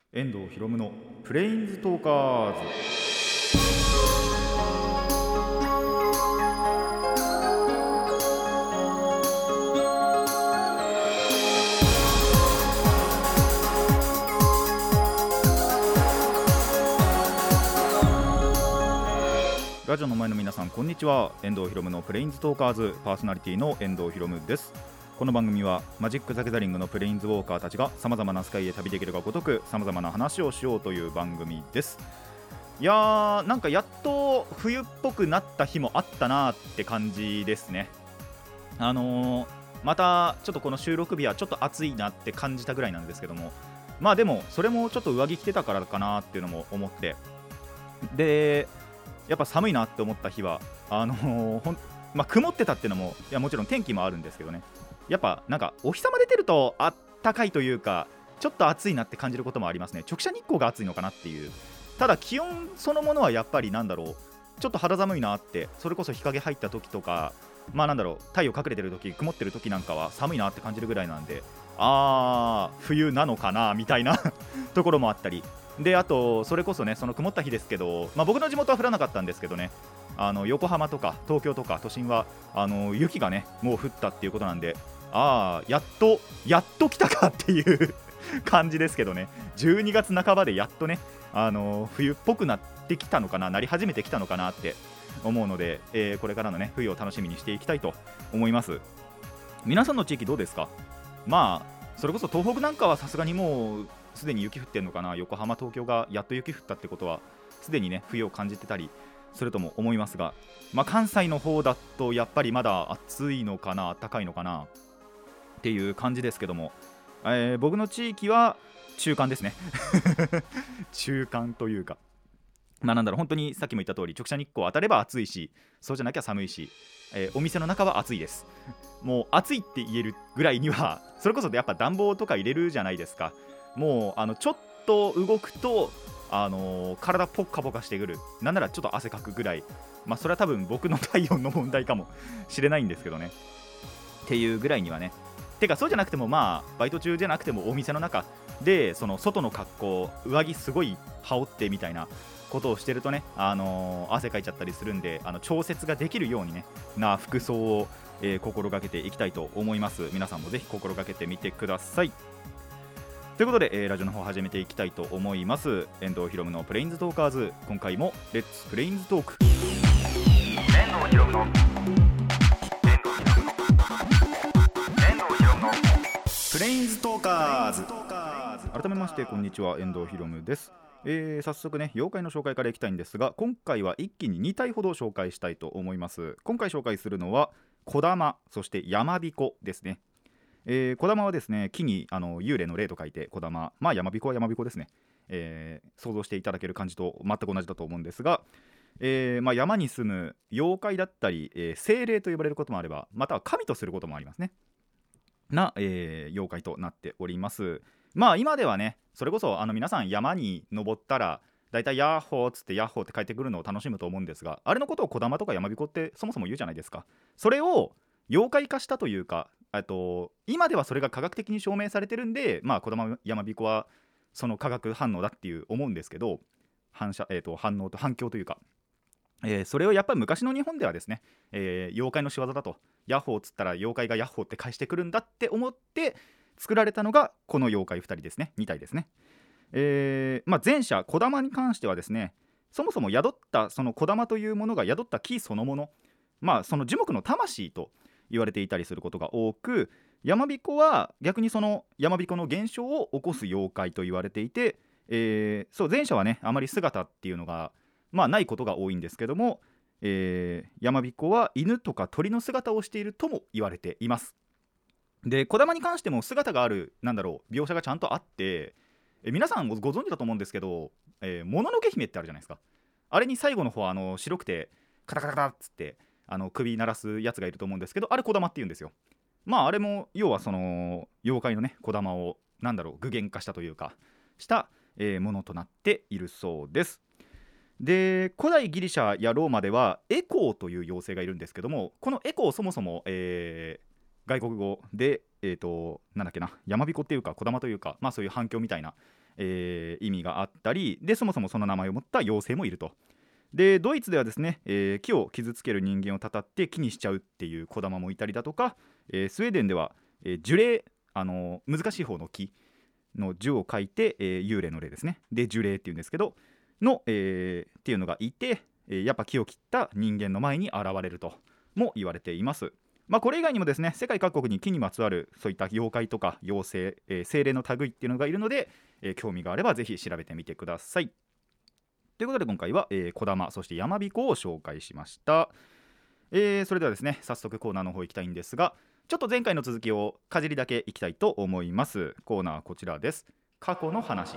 遠藤ひろむのプレインズトーカーズ。ラジオの前の皆さん、こんにちは。遠藤ひろむのプレインズトーカーズパーソナリティの遠藤ひろむです。この番組はマジック・ザ・ギャザリングのプレインズウォーカーたちがさまざまな世界へ旅できるがごとくさまざまな話をしようという番組です。いやー、なんかやっと冬っぽくなった日もあったなーって感じですね。またちょっとこの収録日はちょっと暑いなって感じたぐらいなんですけども、まあでもそれもちょっと上着着てたからかなっていうのも思って、でやっぱ寒いなって思った日は曇ってたっていうのももちろん天気もあるんですけどね、やっぱなんかお日様出てるとあったかいというか、ちょっと暑いなって感じることもありますね。直射日光が暑いのかなっていう。ただ気温そのものはやっぱりなんだろう、ちょっと肌寒いなって、それこそ日陰入った時とか、太陽隠れてる時、曇ってる時なんかは寒いなって感じるぐらいなんで、冬なのかなみたいなところもあったりで、あとそれこそね、その曇った日ですけど、僕の地元は降らなかったんですけどね、横浜とか東京とか都心は雪がねもう降ったっていうことなんで、やっと来たかっていう感じですけどね。12月半ばでやっとね、冬っぽくなってきたのかな、なり始めてきたのかなって思うので、これからのね冬を楽しみにしていきたいと思います。皆さんの地域どうですか？それこそ東北なんかはさすがにもうすでに雪降ってんのかな。横浜、東京がやっと雪降ったってことはすでにね冬を感じてたりするとも思いますが、関西の方だとやっぱりまだ暑いのかな、暖かいのかなっていう感じですけども、僕の地域は中間ですね中間というか、本当にさっきも言った通り、直射日光当たれば暑いし、そうじゃなきゃ寒いし、お店の中は暑いです。もう暑いって言えるぐらいには、それこそやっぱ暖房とか入れるじゃないですか。もうちょっと動くと体ポッカポカしてくる、なんならちょっと汗かくぐらい、それは多分僕の体温の問題かもしれないんですけどねっていうぐらいにはね。てかそうじゃなくても、バイト中じゃなくてもお店の中でその外の格好、上着すごい羽織ってみたいなことをしてるとね、汗かいちゃったりするんで、調節ができるようにねな服装を、心がけていきたいと思います。皆さんもぜひ心がけてみてください。ということで、ラジオの方始めていきたいと思います。遠藤ひろむのプレインズトーカーズ、今回もレッツプレインズトーク。遠藤ひろむのプレインズトーカーズ。改めましてこんにちは、遠藤ひろむです。早速ね妖怪の紹介からいきたいんですが、今回は一気に2体ほど紹介したいと思います。今回紹介するのは小玉、そして山彦ですね。小玉はですね、木に幽霊の霊と書いて小玉、山彦は山彦ですね。想像していただける感じと全く同じだと思うんですが、山に住む妖怪だったり、精霊と呼ばれることもあれば、または神とすることもありますね妖怪となっております。今ではね、それこそ皆さん山に登ったらだいたいヤッホーっつってヤッホーって帰ってくるのを楽しむと思うんですが、あれのことを小玉とか山彦ってそもそも言うじゃないですか。それを妖怪化したというか、今ではそれが科学的に証明されてるんで、小玉山彦はその化学反応だっていう思うんですけど、反応と反響というか、それをやっぱり昔の日本ではですね、妖怪の仕業だと、ヤッホーっつったら妖怪がヤッホーって返してくるんだって思って作られたのがこの妖怪2人ですね、2体ですね。前者小玉に関してはですね、そもそも宿ったその小玉というものが宿った木そのもの、その樹木の魂と言われていたりすることが多く、山彦は逆にその山彦の現象を起こす妖怪と言われていて、前者はねあまり姿っていうのがないことが多いんですけども、山彦は犬とか鳥の姿をしているとも言われています。で小玉に関しても姿がある描写がちゃんとあって、皆さんご存知だと思うんですけど、もののけ姫ってあるじゃないですか。あれに最後の方白くてカタカタカタっつって首鳴らすやつがいると思うんですけど、あれ小玉って言うんですよ。あれも要はその妖怪のね小玉を具現化したというかした、ものとなっているそうです。で古代ギリシャやローマではエコーという妖精がいるんですけども、このエコーそもそも、外国語で山彦っていうか小玉というか、そういう反響みたいな意味があったりで、そもそもその名前を持った妖精もいると。でドイツではですね、木を傷つける人間をたたって木にしちゃうっていう小玉もいたりだとか、スウェーデンでは、樹霊、難しい方の木の樹を書いて、幽霊の霊ですね、で樹霊っていうんですけどの、っていうのがいて、やっぱ木を切った人間の前に現れるとも言われています。これ以外にもですね、世界各国に木にまつわるそういった妖怪とか妖精、精霊の類っていうのがいるので、興味があればぜひ調べてみてください。ということで今回は、小玉そして山彦を紹介しました。それではですね、早速コーナーの方行きたいんですが、ちょっと前回の続きをかじりだけいきたいと思います。コーナーこちらです。過去の話。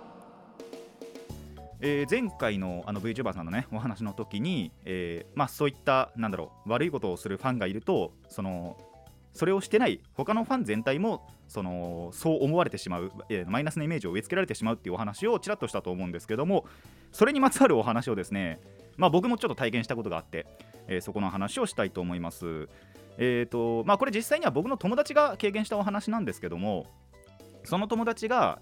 前回のVTuber さんのねお話の時に、そういった悪いことをするファンがいると、それをしてない他のファン全体もそう思われてしまう、マイナスなイメージを植え付けられてしまうっていうお話をちらっとしたと思うんですけども、それにまつわるお話をですね、僕もちょっと体験したことがあって、そこの話をしたいと思います。これ実際には僕の友達が経験したお話なんですけども、その友達が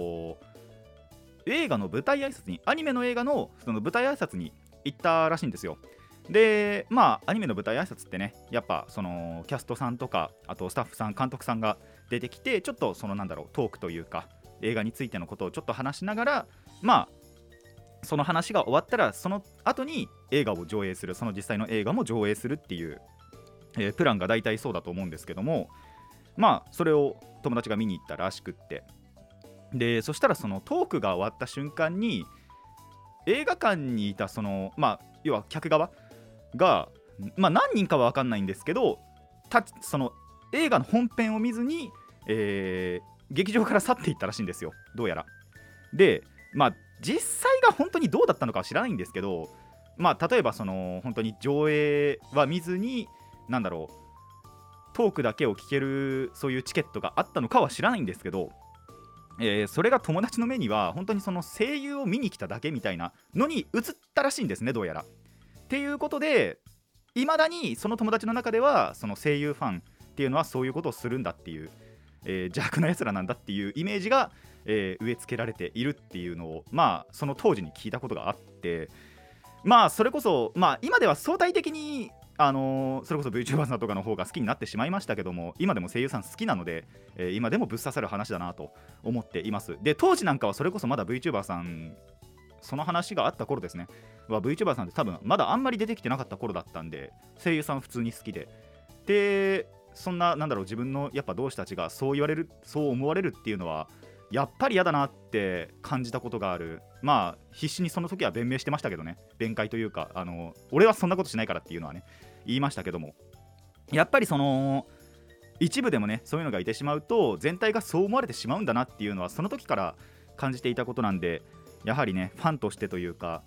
映画の舞台挨拶に、アニメの映画のその舞台挨拶に行ったらしいんですよ。でアニメの舞台挨拶ってね、やっぱそのキャストさんとか、あとスタッフさん監督さんが出てきて、ちょっとトークというか映画についてのことをちょっと話しながら、その話が終わったらその後に映画を上映する、その実際の映画も上映するっていう、プランが大体そうだと思うんですけども、それを友達が見に行ったらしくって、でそしたらそのトークが終わった瞬間に映画館にいた要は客側が、何人かは分かんないんですけど、その映画の本編を見ずに、劇場から去っていったらしいんですよ、どうやら。で実際が本当にどうだったのかは知らないんですけど、例えば本当に上映は見ずにトークだけを聞けるそういうチケットがあったのかは知らないんですけど、それが友達の目には本当にその声優を見に来ただけみたいなのに映ったらしいんですね、どうやら。っていうことで、いまだにその友達の中ではその声優ファンっていうのはそういうことをするんだっていう、邪悪なやつらなんだっていうイメージが、植え付けられているっていうのをその当時に聞いたことがあって、それこそ今では相対的にそれこそ VTuber さんとかの方が好きになってしまいましたけども、今でも声優さん好きなので、今でもぶっ刺さる話だなと思っています。で当時なんかはそれこそまだ VTuber さんその話があった頃ですね、VTuber さんって多分まだあんまり出てきてなかった頃だったんで、声優さん普通に好きでそんな自分のやっぱ同志たちがそう言われる、そう思われるっていうのはやっぱり嫌だなって感じたことがある。必死にその時は弁明してましたけどね、弁解というか俺はそんなことしないからっていうのはね言いましたけども、やっぱりその一部でもねそういうのがいてしまうと全体がそう思われてしまうんだなっていうのはその時から感じていたことなんで、やはりねファンとしてというか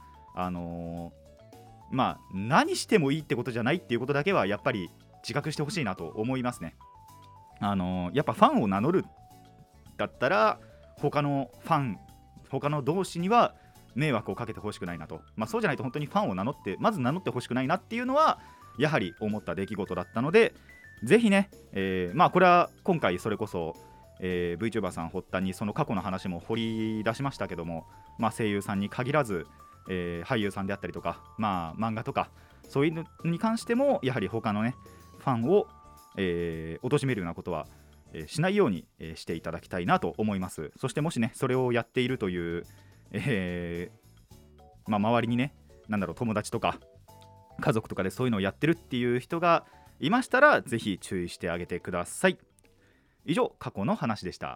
何してもいいってことじゃないっていうことだけはやっぱり自覚してほしいなと思いますね。やっぱファンを名乗るだったら他の同士には迷惑をかけてほしくないなと、そうじゃないと本当にファンをまず名乗ってほしくないなっていうのはやはり思った出来事だったので、ぜひね、これは今回それこそ、VTuber さん発端にその過去の話も掘り出しましたけども、声優さんに限らず、俳優さんであったりとか、漫画とかそういうのに関してもやはり他のねファンを、貶めるようなことはしないようにしていただきたいなと思います。そしてもしねそれをやっているという、周りにね友達とか家族とかでそういうのをやってるっていう人がいましたらぜひ注意してあげてください。以上過去の話でした。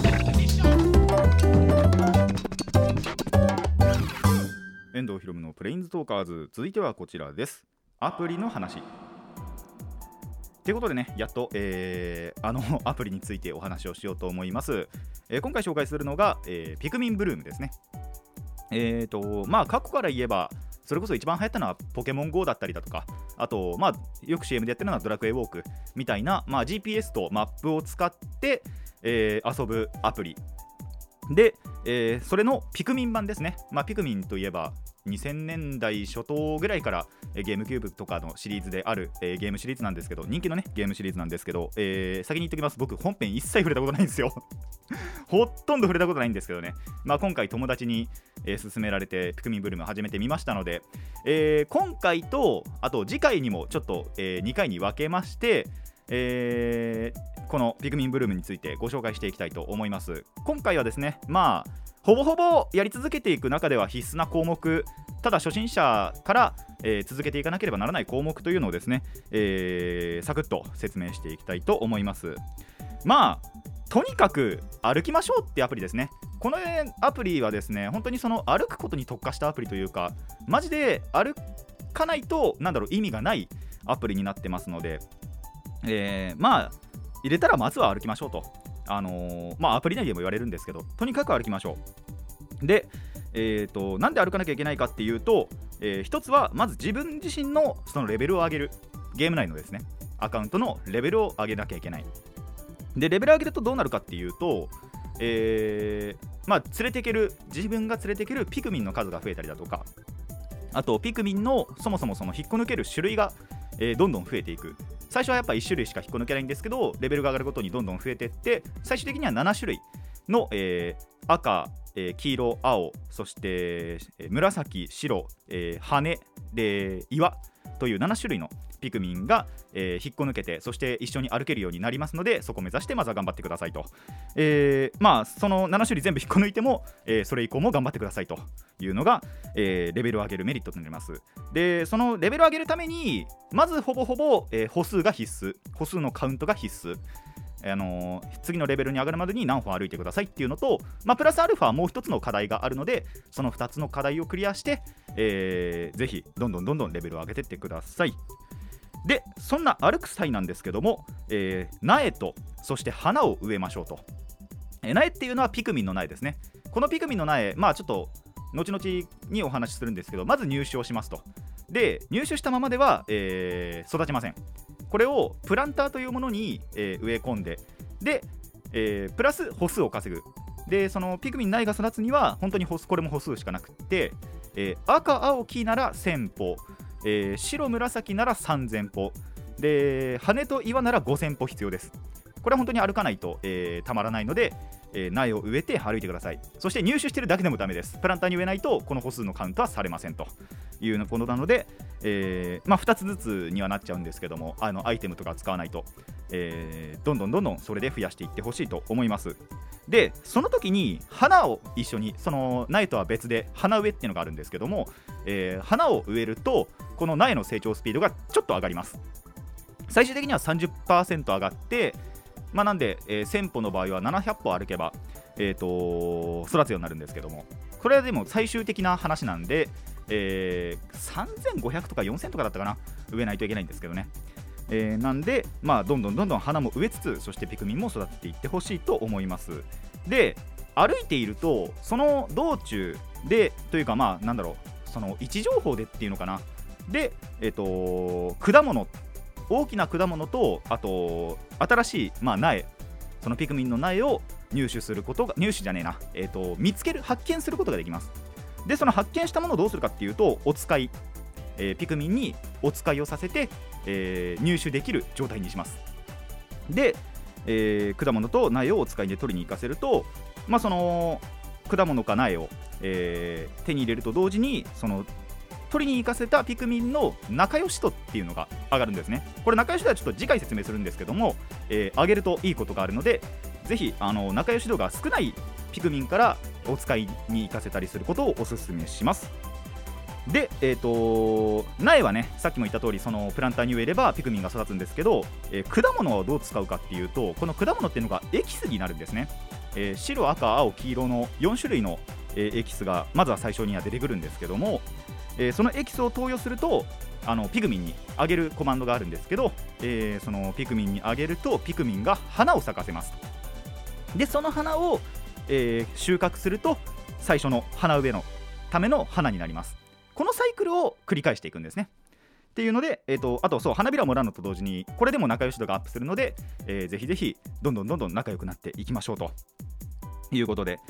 遠藤ひろむのプレインズトーカーズ、続いてはこちらです。アプリの話ということでね、やっと、アプリについてお話をしようと思います。今回紹介するのが、ピクミンブルームですね。過去から言えばそれこそ一番流行ったのはポケモン GO だったりだとか、あとよく CM でやってるのはドラクエウォークみたいな、GPS とマップを使って、遊ぶアプリで、それのピクミン版ですね。ピクミンといえば 2000年代初頭ぐらいからゲームキューブとかのシリーズであるゲームシリーズなんですけど、人気のねゲームシリーズなんですけど、先に言っときます。僕本編一切触れたことないんですよほとんど触れたことないんですけどね、今回友達に勧められてピクミンブルーム始めてみましたので、今回とあと次回にもちょっと、2回に分けまして、このピクミンブルームについてご紹介していきたいと思います。今回はですね、ほぼほぼやり続けていく中では必須な項目、ただ初心者から、続けていかなければならない項目というのをですね、サクッと説明していきたいと思います。とにかく歩きましょうってアプリですね。このアプリはですね、本当にその歩くことに特化したアプリというか、マジで歩かないと意味がないアプリになってますので、入れたらまずは歩きましょうと、アプリ内でも言われるんですけど、とにかく歩きましょう。で、なんで歩かなきゃいけないかっていうと、一つはまず自分自身のそのレベルを上げる、ゲーム内のですねアカウントのレベルを上げなきゃいけない。でレベル上げるとどうなるかっていうと、自分が連れていけるピクミンの数が増えたりだとか、あとピクミンのそもそもその引っこ抜ける種類が、どんどん増えていく。最初はやっぱ1種類しか引っこ抜けないんですけど、レベルが上がるごとにどんどん増えていって、最終的には7種類の、赤、黄色、青、そして紫、白、羽で岩という7種類のピクミンが、引っこ抜けて、そして一緒に歩けるようになりますので、そこを目指してまずは頑張ってくださいと。その7種類全部引っこ抜いても、それ以降も頑張ってくださいというのが、レベルを上げるメリットとなります。でそのレベルを上げるためにまずほぼほぼ、歩数が必須、歩数のカウントが必須。次のレベルに上がるまでに何歩歩いてくださいっていうのと、プラスアルファもう一つの課題があるので、その2つの課題をクリアして、ぜひどんどんレベルを上げていってください。でそんな歩く際なんですけども、苗とそして花を植えましょうと。苗っていうのはピクミンの苗ですね。このピクミンの苗、ちょっと後々にお話しするんですけど、まず入手をしますと。で入手したままでは、育ちません。これをプランターというものに、植え込んで、で、プラス歩数を稼ぐ。でそのピクミン苗が育つには本当にこれも歩数しかなくって、赤青黄なら1000歩、白紫なら3000歩で、羽と岩なら5000歩必要です。これは本当に歩かないと、たまらないので、苗を植えて歩いてください。そして入手してるだけでもダメです。プランターに植えないとこの歩数のカウントはされませんということなので、2つずつにはなっちゃうんですけども、アイテムとか使わないと、どんどんそれで増やしていってほしいと思います。でその時に花を一緒に、その苗とは別で花植えっていうのがあるんですけども、花を植えるとこの苗の成長スピードがちょっと上がります。最終的には 30% 上がって、なんで、1000歩の場合は700歩歩けば、育つようになるんですけども、これはでも最終的な話なんで、3500とか4000とかだったかな、植えないといけないんですけどね。なんで、どんどん花も植えつつ、そしてピクミンも育てていってほしいと思います。で歩いているとその道中でというか、その位置情報でっていうのかな、で、果物、大きな果物と、あと新しい、苗、そのピクミンの苗を入手することが、見つける、発見することができます。でその発見したものをどうするかっていうと、お使い、ピクミンにお使いをさせて、入手できる状態にします。で、果物と苗をお使いで取りに行かせると、その果物か苗を、手に入れると同時に、その取りに行かせたピクミンの仲良し度っていうのが上がるんですね。これ仲良し度はちょっと次回説明するんですけども、上げるといいことがあるので、ぜひ仲良し度が少ないピクミンからお使いに行かせたりすることをお勧めします。で、苗はね、さっきも言った通り、そのプランターに植えればピクミンが育つんですけど、果物をどう使うかっていうと、この果物っていうのがエキスになるんですね。白、赤、青、黄色の4種類の、エキスがまずは最初には出てくるんですけども、そのエキスを投与するとピクミンにあげるコマンドがあるんですけど、そのピクミンにあげるとピクミンが花を咲かせます。でその花を、収穫すると最初の花植えのための花になります。このサイクルを繰り返していくんですね。っていうので、あとそう、花びらをもらうのと同時にこれでも仲良し度がアップするので、ぜひぜひどんどん仲良くなっていきましょうということで、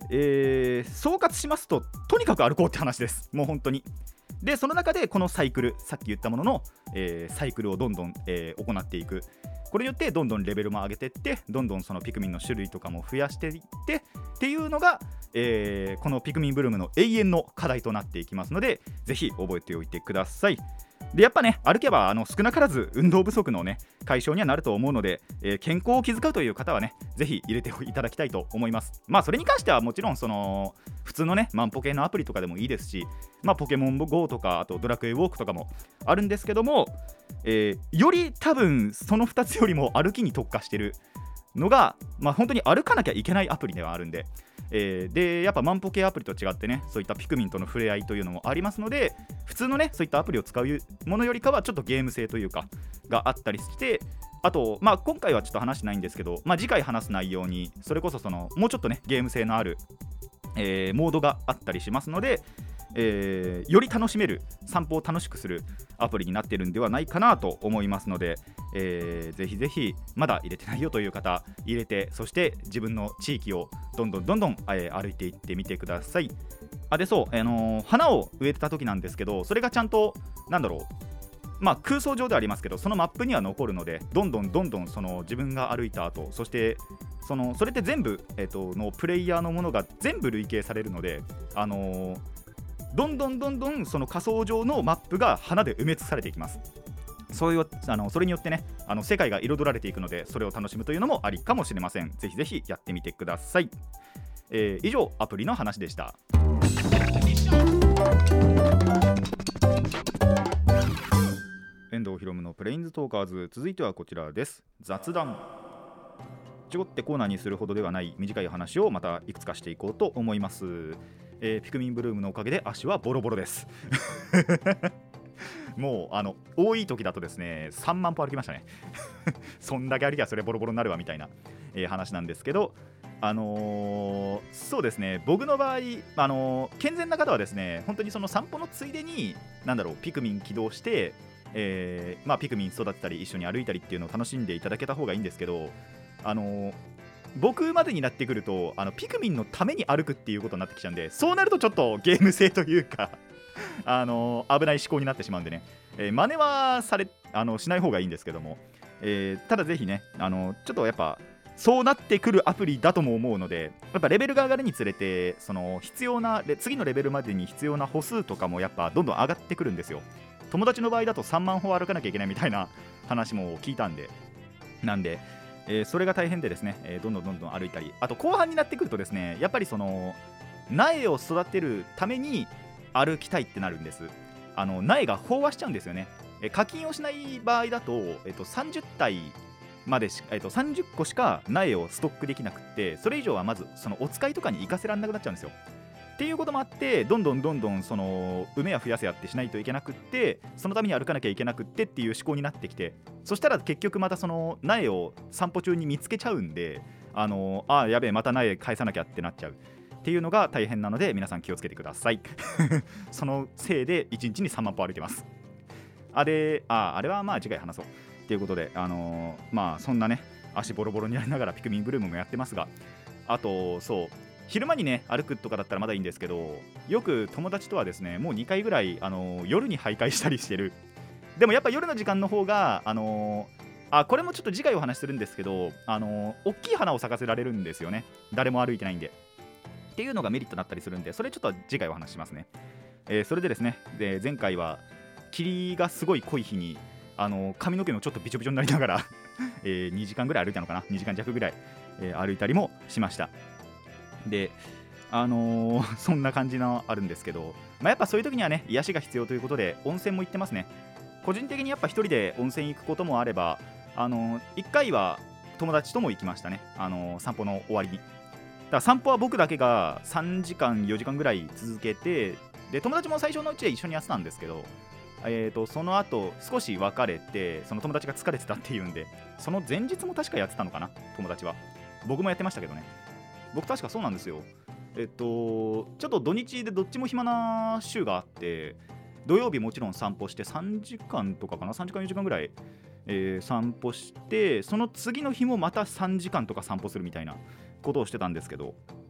総括しますと、とにかく歩こうって話です。もう本当に。でその中でこのサイクル、さっき言ったものの、サイクルをどんどん、行っていく。これによってどんどんレベルも上げていって、どんどんそのピクミンの種類とかも増やしていってっていうのが、このピクミンブルームの永遠の課題となっていきますので、ぜひ覚えておいてください。でやっぱね、歩けば少なからず運動不足のね解消にはなると思うので、健康を気遣うという方はね、ぜひ入れていただきたいと思います。まあそれに関してはもちろん普通のね万歩計のアプリとかでもいいですし、ポケモン GO とかあとドラクエウォークとかもあるんですけども、より多分その2つよりも歩きに特化してるのが、本当に歩かなきゃいけないアプリではあるんで、でやっぱ万歩計アプリと違ってね、そういったピクミンとの触れ合いというのもありますので、普通のねそういったアプリを使うものよりかはちょっとゲーム性というかがあったりして、あと今回はちょっと話してないんですけど、次回話す内容にそれこそもうちょっとねゲーム性のある、モードがあったりしますので、より楽しめる、散歩を楽しくするアプリになっているんではないかなと思いますので、ぜひぜひまだ入れてないよという方、入れて、そして自分の地域をどんどん、歩いていってみてください。でそう、花を植えた時なんですけど、それがちゃんと空想上ではありますけど、そのマップには残るので、どんどん自分が歩いた後、そしてそれって全部、のプレイヤーのものが全部累計されるので、どんどんその仮想上のマップが花で埋め尽くされていきます。それによってね世界が彩られていくので、それを楽しむというのもありかもしれません。ぜひぜひやってみてください。以上アプリの話でした。遠藤ひろむのプレインズトーカーズ、続いてはこちらです。雑談。ちょってコーナーにするほどではない短い話をまたいくつかしていこうと思います。ピクミンブルームのおかげで足はボロボロですもう多い時だとですね3万歩歩きましたねそんだけ歩きゃそれボロボロになるわみたいな、話なんですけど、そうですね、僕の場合、健全な方はですね、本当にその散歩のついでにピクミン起動して、ピクミン育てたり一緒に歩いたりっていうのを楽しんでいただけた方がいいんですけど、僕までになってくるとピクミンのために歩くっていうことになってきちゃうんで、そうなるとちょっとゲーム性というか危ない思考になってしまうんでね、真似はしない方がいいんですけども、ただぜひねちょっとやっぱそうなってくるアプリだとも思うので、やっぱレベルが上がるにつれて必要な次のレベルまでに必要な歩数とかもやっぱどんどん上がってくるんですよ。友達の場合だと3万歩歩かなきゃいけないみたいな話も聞いたんで、それが大変でですね、どんどん歩いたり、あと後半になってくるとですね、やっぱり苗を育てるために歩きたいってなるんです。苗が飽和しちゃうんですよね。課金をしない場合だと、30体まで30個しか苗をストックできなくって、それ以上はまずお使いとかに行かせられなくなっちゃうんですよ。っていうこともあって、どんどん埋めや増やせやってしないといけなくって、そのために歩かなきゃいけなくってっていう思考になってきて、そしたら結局また苗を散歩中に見つけちゃうんで、やべえまた苗返さなきゃってなっちゃうっていうのが大変なので、皆さん気をつけてくださいそのせいで1日に3万歩歩いてます。あれは次回話そうということで、そんなね足ボロボロになりながらピクミンブルームもやってますが、あとそう昼間にね歩くとかだったらまだいいんですけど、よく友達とはですねもう2回ぐらい夜に徘徊したりしてる。でもやっぱ夜の時間の方がこれもちょっと次回お話しするんですけど、大きい花を咲かせられるんですよね、誰も歩いてないんでっていうのがメリットになったりするんで、それちょっと次回お話ししますね。それでですね、前回は霧がすごい濃い日に髪の毛もちょっとびちょびちょになりながら2時間ぐらい歩いたのかな、2時間弱ぐらい、歩いたりもしました。でそんな感じのあるんですけど、やっぱそういう時にはね癒しが必要ということで温泉も行ってますね。個人的にやっぱ一人で温泉行くこともあれば、1回は友達とも行きましたね、散歩の終わりに。だから散歩は僕だけが3時間4時間ぐらい続けて、で友達も最初のうちで一緒にやってたんですけど、その後少し別れて、その友達が疲れてたっていうんで、その前日も確かやってたのかな、友達は。僕もやってましたけどね。僕確かそうなんですよ。ちょっと土日でどっちも暇な週があって、土曜日もちろん散歩して3時間とかかな、3時間4時間ぐらい、散歩して、その次の日もまた3時間とか散歩するみたいなことをしてたんですけど、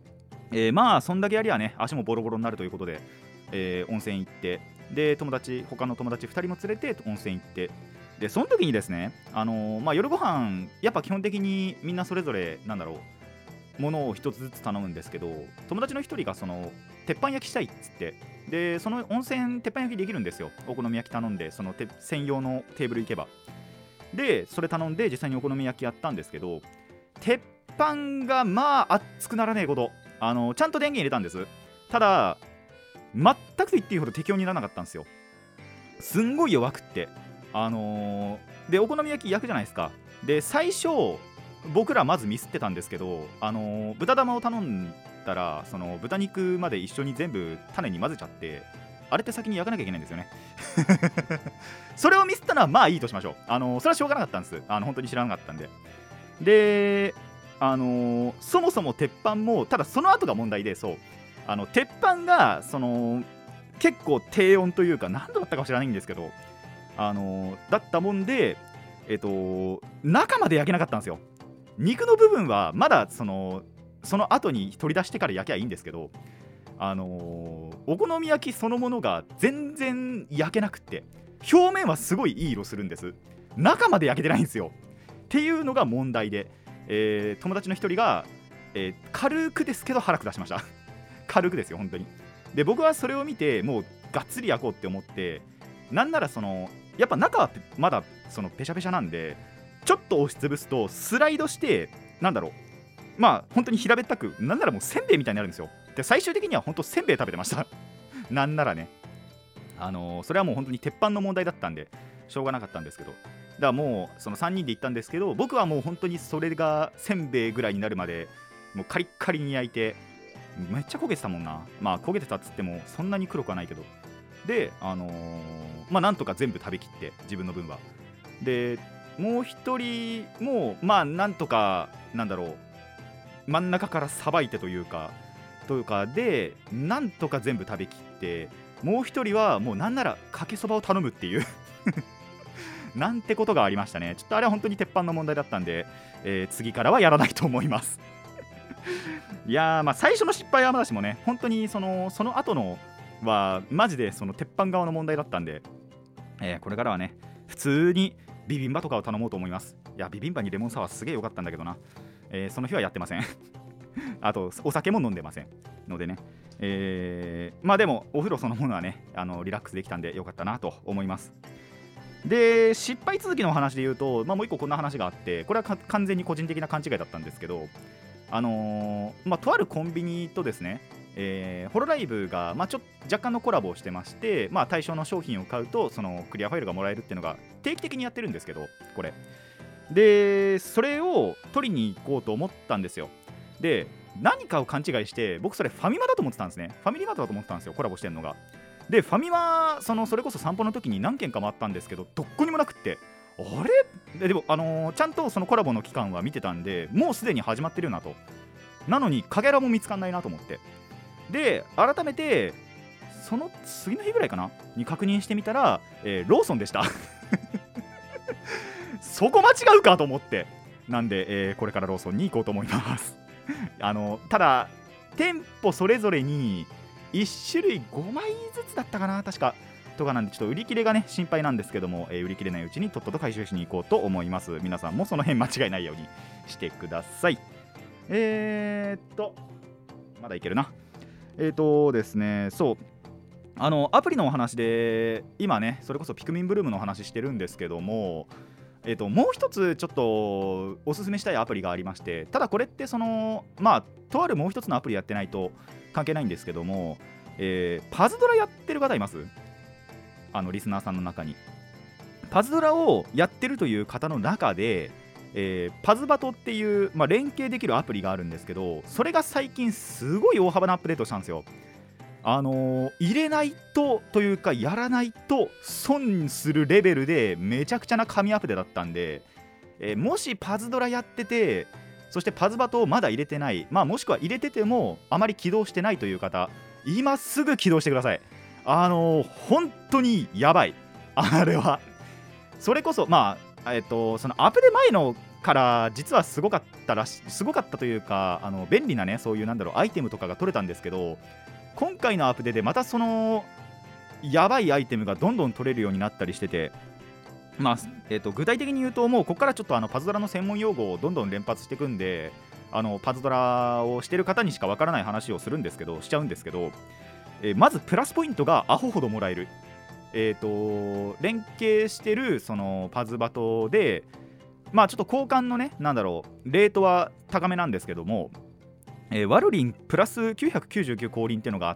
まあそんだけやりゃね足もボロボロになるということで、温泉行って、で他の友達2人も連れて温泉行って、でその時にですね、夜ご飯やっぱ基本的にみんなそれぞれものを一つずつ頼むんですけど、友達の一人がその鉄板焼きしたいっつって、でその温泉鉄板焼きできるんですよ。お好み焼き頼んで、その専用のテーブル行けば、でそれ頼んで実際にお好み焼きやったんですけど、鉄板がまあ熱くならねえこと、ちゃんと電源入れたんです。ただ全くと言っていいほど適温にならなかったんですよ。すんごい弱くって、でお好み焼き焼くじゃないですか。で最初僕らまずミスってたんですけど、豚玉を頼んだらその豚肉まで一緒に全部種に混ぜちゃって、あれって先に焼かなきゃいけないんですよね。それをミスったのはまあいいとしましょう。それはしょうがなかったんです。本当に知らなかったんで。でそもそも鉄板もただその後が問題で、そう鉄板が結構低温というか何度だったかは知らないんですけど、だったもんで、中まで焼けなかったんですよ。肉の部分はまだその後に取り出してから焼きゃいいんですけど、お好み焼きそのものが全然焼けなくって、表面はすごいいい色するんです、中まで焼けてないんですよっていうのが問題で、友達の一人が、軽くですけど腹下しました。軽くですよ本当に。で僕はそれを見てもうがっつり焼こうって思って、なんならやっぱ中はまだペシャペシャなんで、ちょっと押しつぶすとスライドしてまあ本当に平べったく、なんならもうせんべいみたいになるんですよ。で最終的には本当せんべい食べてました。なんならね、それはもう本当に鉄板の問題だったんでしょうがなかったんですけど、だからもうその3人で行ったんですけど、僕はもう本当にそれがせんべいぐらいになるまでもうカリッカリに焼いて、めっちゃ焦げてたもんな。まあ焦げてたっつってもそんなに黒くはないけど、でなんとか全部食べきって自分の分は。でもう一人もまあなんとか真ん中からさばいてというかでなんとか全部食べきって、もう一人はもうなんならかけそばを頼むっていうなんてことがありましたね。ちょっとあれは本当に鉄板の問題だったんで、次からはやらないと思います。いやー、まあ最初の失敗はまだしもね、本当にその後のはマジでその鉄板側の問題だったんで、これからはね普通にビビンバとかを頼もうと思います。いやビビンバにレモンサワーすげえ良かったんだけどな、その日はやってません。あとお酒も飲んでませんのでね、まあでもお風呂そのものはねリラックスできたんで良かったなと思います。で失敗続きの話で言うと、もう一個こんな話があって、これは完全に個人的な勘違いだったんですけど、とあるコンビニとですね、ホロライブが、若干のコラボをしてまして、対象の商品を買うとそのクリアファイルがもらえるっていうのが定期的にやってるんですけど、これでそれを取りに行こうと思ったんですよ。で何かを勘違いして、僕それファミマだと思ってたんですね。ファミリーマートだと思ってたんですよ、コラボしてるのが。でファミマそれこそ散歩の時に何軒か回ったんですけど、どっこにもなくって、あれでもちゃんとそのコラボの期間は見てたんで、もうすでに始まってるよなと。なのに影ラも見つかんないなと思って、で改めてその次の日ぐらいかなに確認してみたら、ローソンでした。そこ間違うかと思って、なんで、これからローソンに行こうと思います。ただ店舗それぞれに1種類5枚ずつだったかな確かとかなんで、ちょっと売り切れがね心配なんですけども、売り切れないうちにとっとと回収しに行こうと思います。皆さんもその辺間違いないようにしてください。まだいけるな。ですね、そうアプリのお話で今ねそれこそピクミンブルームのお話してるんですけども、もう一つちょっとおすすめしたいアプリがありまして、ただこれってとあるもう一つのアプリやってないと関係ないんですけども、パズドラやってる方います？リスナーさんの中にパズドラをやってるという方の中で、パズバトっていう、連携できるアプリがあるんですけど、それが最近すごい大幅なアップデートしたんですよ。入れないというかやらないと損するレベルでめちゃくちゃな神アップデだったんで、もしパズドラやってて、そしてパズバトをまだ入れてない、もしくは入れててもあまり起動してないという方、今すぐ起動してください。本当にやばい、あれは。それこそそのアップデ前のから実はすごかったというか、便利なね、そういうアイテムとかが取れたんですけど、今回のアップデでまたそのやばいアイテムがどんどん取れるようになったりしてて、まあ具体的に言うと、もうここからちょっとパズドラの専門用語をどんどん連発していくんで、パズドラをしてる方にしかわからない話をしちゃうんですけど、まずプラスポイントがアホほどもらえる。連携してるそのパズバトで、まあちょっと交換のね、レートは高めなんですけども、ワルリンプラス999降臨っていうのがあって、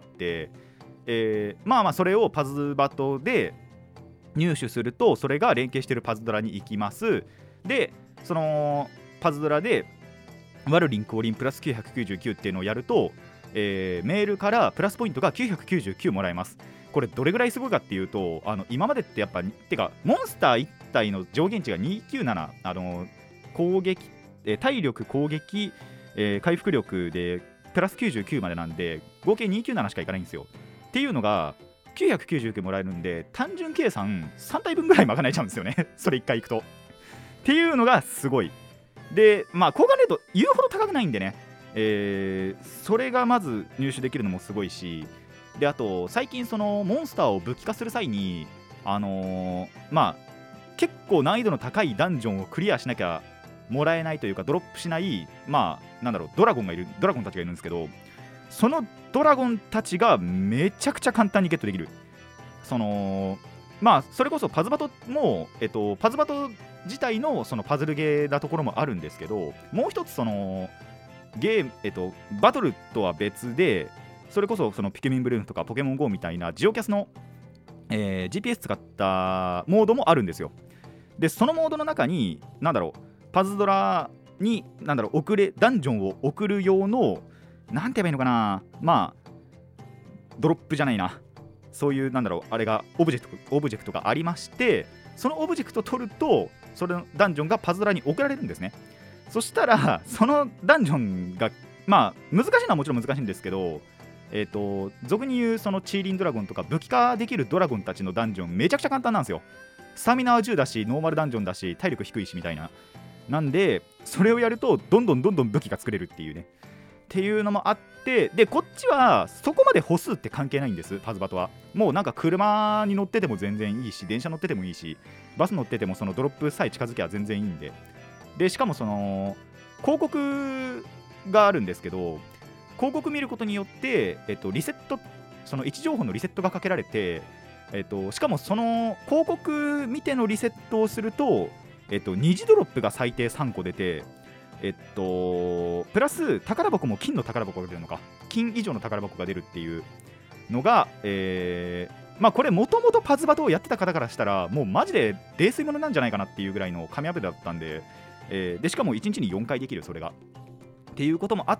まあそれをパズバトで入手すると、それが連携してるパズドラに行きます。でそのパズドラでワルリン降臨プラス999っていうのをやると、メールからプラスポイントが999もらえます。これどれぐらいすごいかっていうと、今までってやっぱモンスター1体の上限値が297、攻撃、体力、攻撃、回復力でプラス99までなんで、合計297しかいかないんですよ。っていうのが999もらえるんで、単純計算3体分ぐらい賄えちゃうんですよねそれ1回いくとっていうのがすごい。でまあ交換レート言うほど高くないんでね、それがまず入手できるのもすごいし、であと最近そのモンスターを武器化する際にまあ結構難易度の高いダンジョンをクリアしなきゃもらえないというか、ドロップしない、まあドラゴンたちがいるんですけど、そのドラゴンたちがめちゃくちゃ簡単にゲットできる。まあそれこそパズバトも、パズバト自体のそのパズルゲーなところもあるんですけど、もう一つそのバトルとは別で、それこそそのピケミンブルームとかポケモン GO みたいなジオキャスの、GPS 使ったモードもあるんですよ。でそのモードの中にパズドラにダンジョンを送る用のなんて言えばいいのかな、まあドロップじゃないな、そういうあれがオブジェクトがありまして、そのオブジェクトを取るとそれのダンジョンがパズドラに送られるんですね。そしたらそのダンジョンがまあ難しいのはもちろん難しいんですけど、俗に言うそのチーリンドラゴンとか武器化できるドラゴンたちのダンジョンめちゃくちゃ簡単なんですよ。スタミナは10だし、ノーマルダンジョンだし、体力低いしみたいな。なんでそれをやるとどんどん武器が作れるっていうね、っていうのもあって、でこっちはそこまで歩数って関係ないんです。パズバトはもう車に乗ってても全然いいし、電車乗っててもいいし、バス乗っててもそのドロップさえ近づけば全然いいんで、でしかもその広告があるんですけど、広告見ることによって、リセット、その位置情報のリセットがかけられて、しかもその広告見てのリセットをすると、二次ドロップが最低3個出て、プラス宝箱も金の宝箱が出るのか、金以上の宝箱が出るっていうのが、まあこれもともとパズバトをやってた方からしたらもうマジで泥酔物なんじゃないかなっていうぐらいの神アップだったんで、でしかも1日に4回できる、それがっていうこともあって、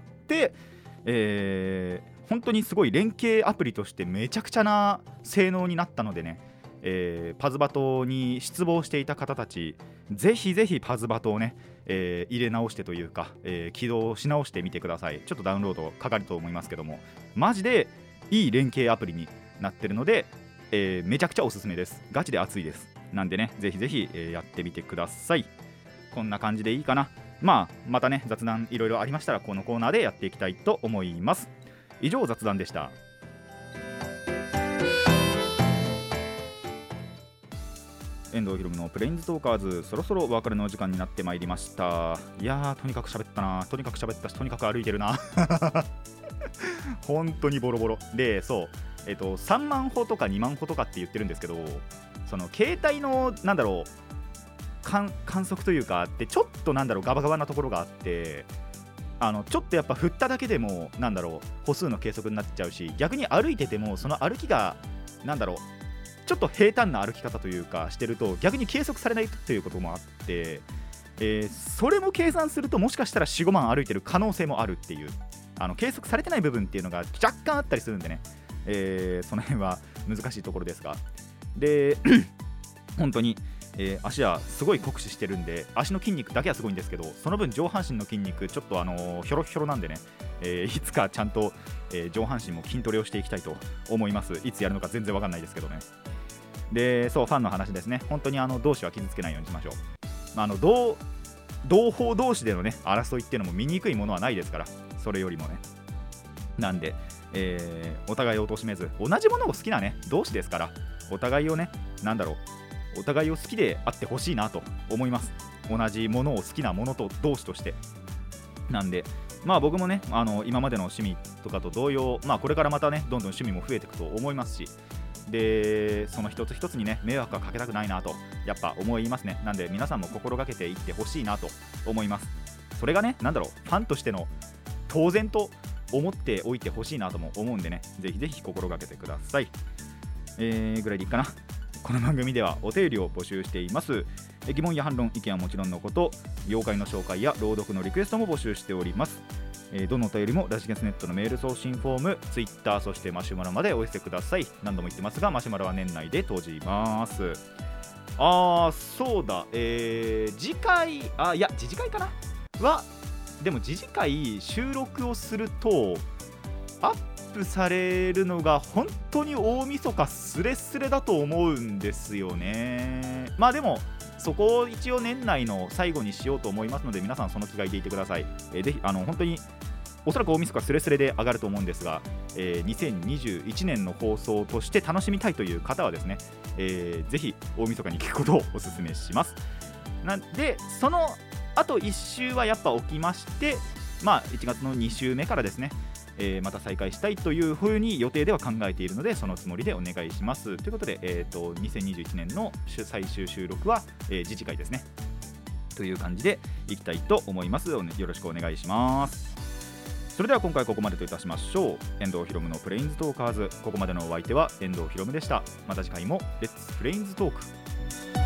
本当にすごい連携アプリとしてめちゃくちゃな性能になったのでね、パズバトに失望していた方たち、ぜひぜひパズバトをね、入れ直してというか、起動し直してみてください。ちょっとダウンロードかかると思いますけども、マジでいい連携アプリになってるので、めちゃくちゃおすすめです。ガチで熱いです。なんでね、ぜひぜひ、やってみてください。こんな感じでいいかな。またね、雑談いろいろありましたらこのコーナーでやっていきたいと思います。以上、雑談でした。遠藤ひろむのプレインズトーカーズ、そろそろお別れの時間になってまいりました。いやー、とにかく喋ったな、とにかく喋ったし、とにかく歩いてるな本当にボロボロで、そう3万歩とか2万歩とかって言ってるんですけど、その携帯の観測というかってちょっとガバガバなところがあって、ちょっとやっぱ振っただけでも歩数の計測になっちゃうし、逆に歩いててもその歩きがちょっと平坦な歩き方というかしてると逆に計測されないということもあって、それも計算するともしかしたら 4,5 万歩いてる可能性もあるっていう、計測されてない部分っていうのが若干あったりするんでね、その辺は難しいところですが、で本当に足はすごい酷使してるんで、足の筋肉だけはすごいんですけど、その分上半身の筋肉ちょっとひょろひょろなんでね、いつかちゃんと、上半身も筋トレをしていきたいと思います。いつやるのか全然わかんないですけどね。でそう、ファンの話ですね。本当に同志は傷つけないようにしましょう。 同胞同士でのね争いっていうのも見にくいものはないですから、それよりもね。なんで、お互いを貶めず、同じものを好きなね同士ですから、お互いをね、お互いを好きであってほしいなと思います。同じものを好きなものと同士として。なんで僕もね今までの趣味とかと同様、これからまたねどんどん趣味も増えていくと思いますし、でその一つ一つにね迷惑はかけたくないなとやっぱ思いますね。なんで皆さんも心がけていってほしいなと思います。それがねファンとしての当然と思っておいてほしいなとも思うんでね、ぜひぜひ心がけてください。ぐらいでいいかな。この番組ではお便りを募集しています。疑問や反論、意見はもちろんのこと、妖怪の紹介や朗読のリクエストも募集しております。どのお便りもラジゲスネットのメール送信フォーム、ツイッター、そしてマシュマロまでお寄せください。何度も言ってますが、マシュマロは年内で閉じます。そうだ、次回かなは、でも次回収録をするとアップされるのが本当に大晦日スレスレだと思うんですよね。でもそこを一応年内の最後にしようと思いますので、皆さんその気概でいてください。ぜひ本当におそらく大晦日スレスレで上がると思うんですが、2021年の放送として楽しみたいという方はですね、ぜひ大晦日に聞くことをお勧めします。なんでそのあと1週はやっぱ起きまして、1月の2週目からですね、また再開したいというふうに予定では考えているので、そのつもりでお願いしますということで、2021年の最終収録は、次回ですねという感じでいきたいと思います。よろしくお願いします。それでは今回ここまでといたしましょう。遠藤ひろむのプレインズトーカーズ、ここまでのお相手は遠藤ひろむでした。また次回もレッツプレインズトーク。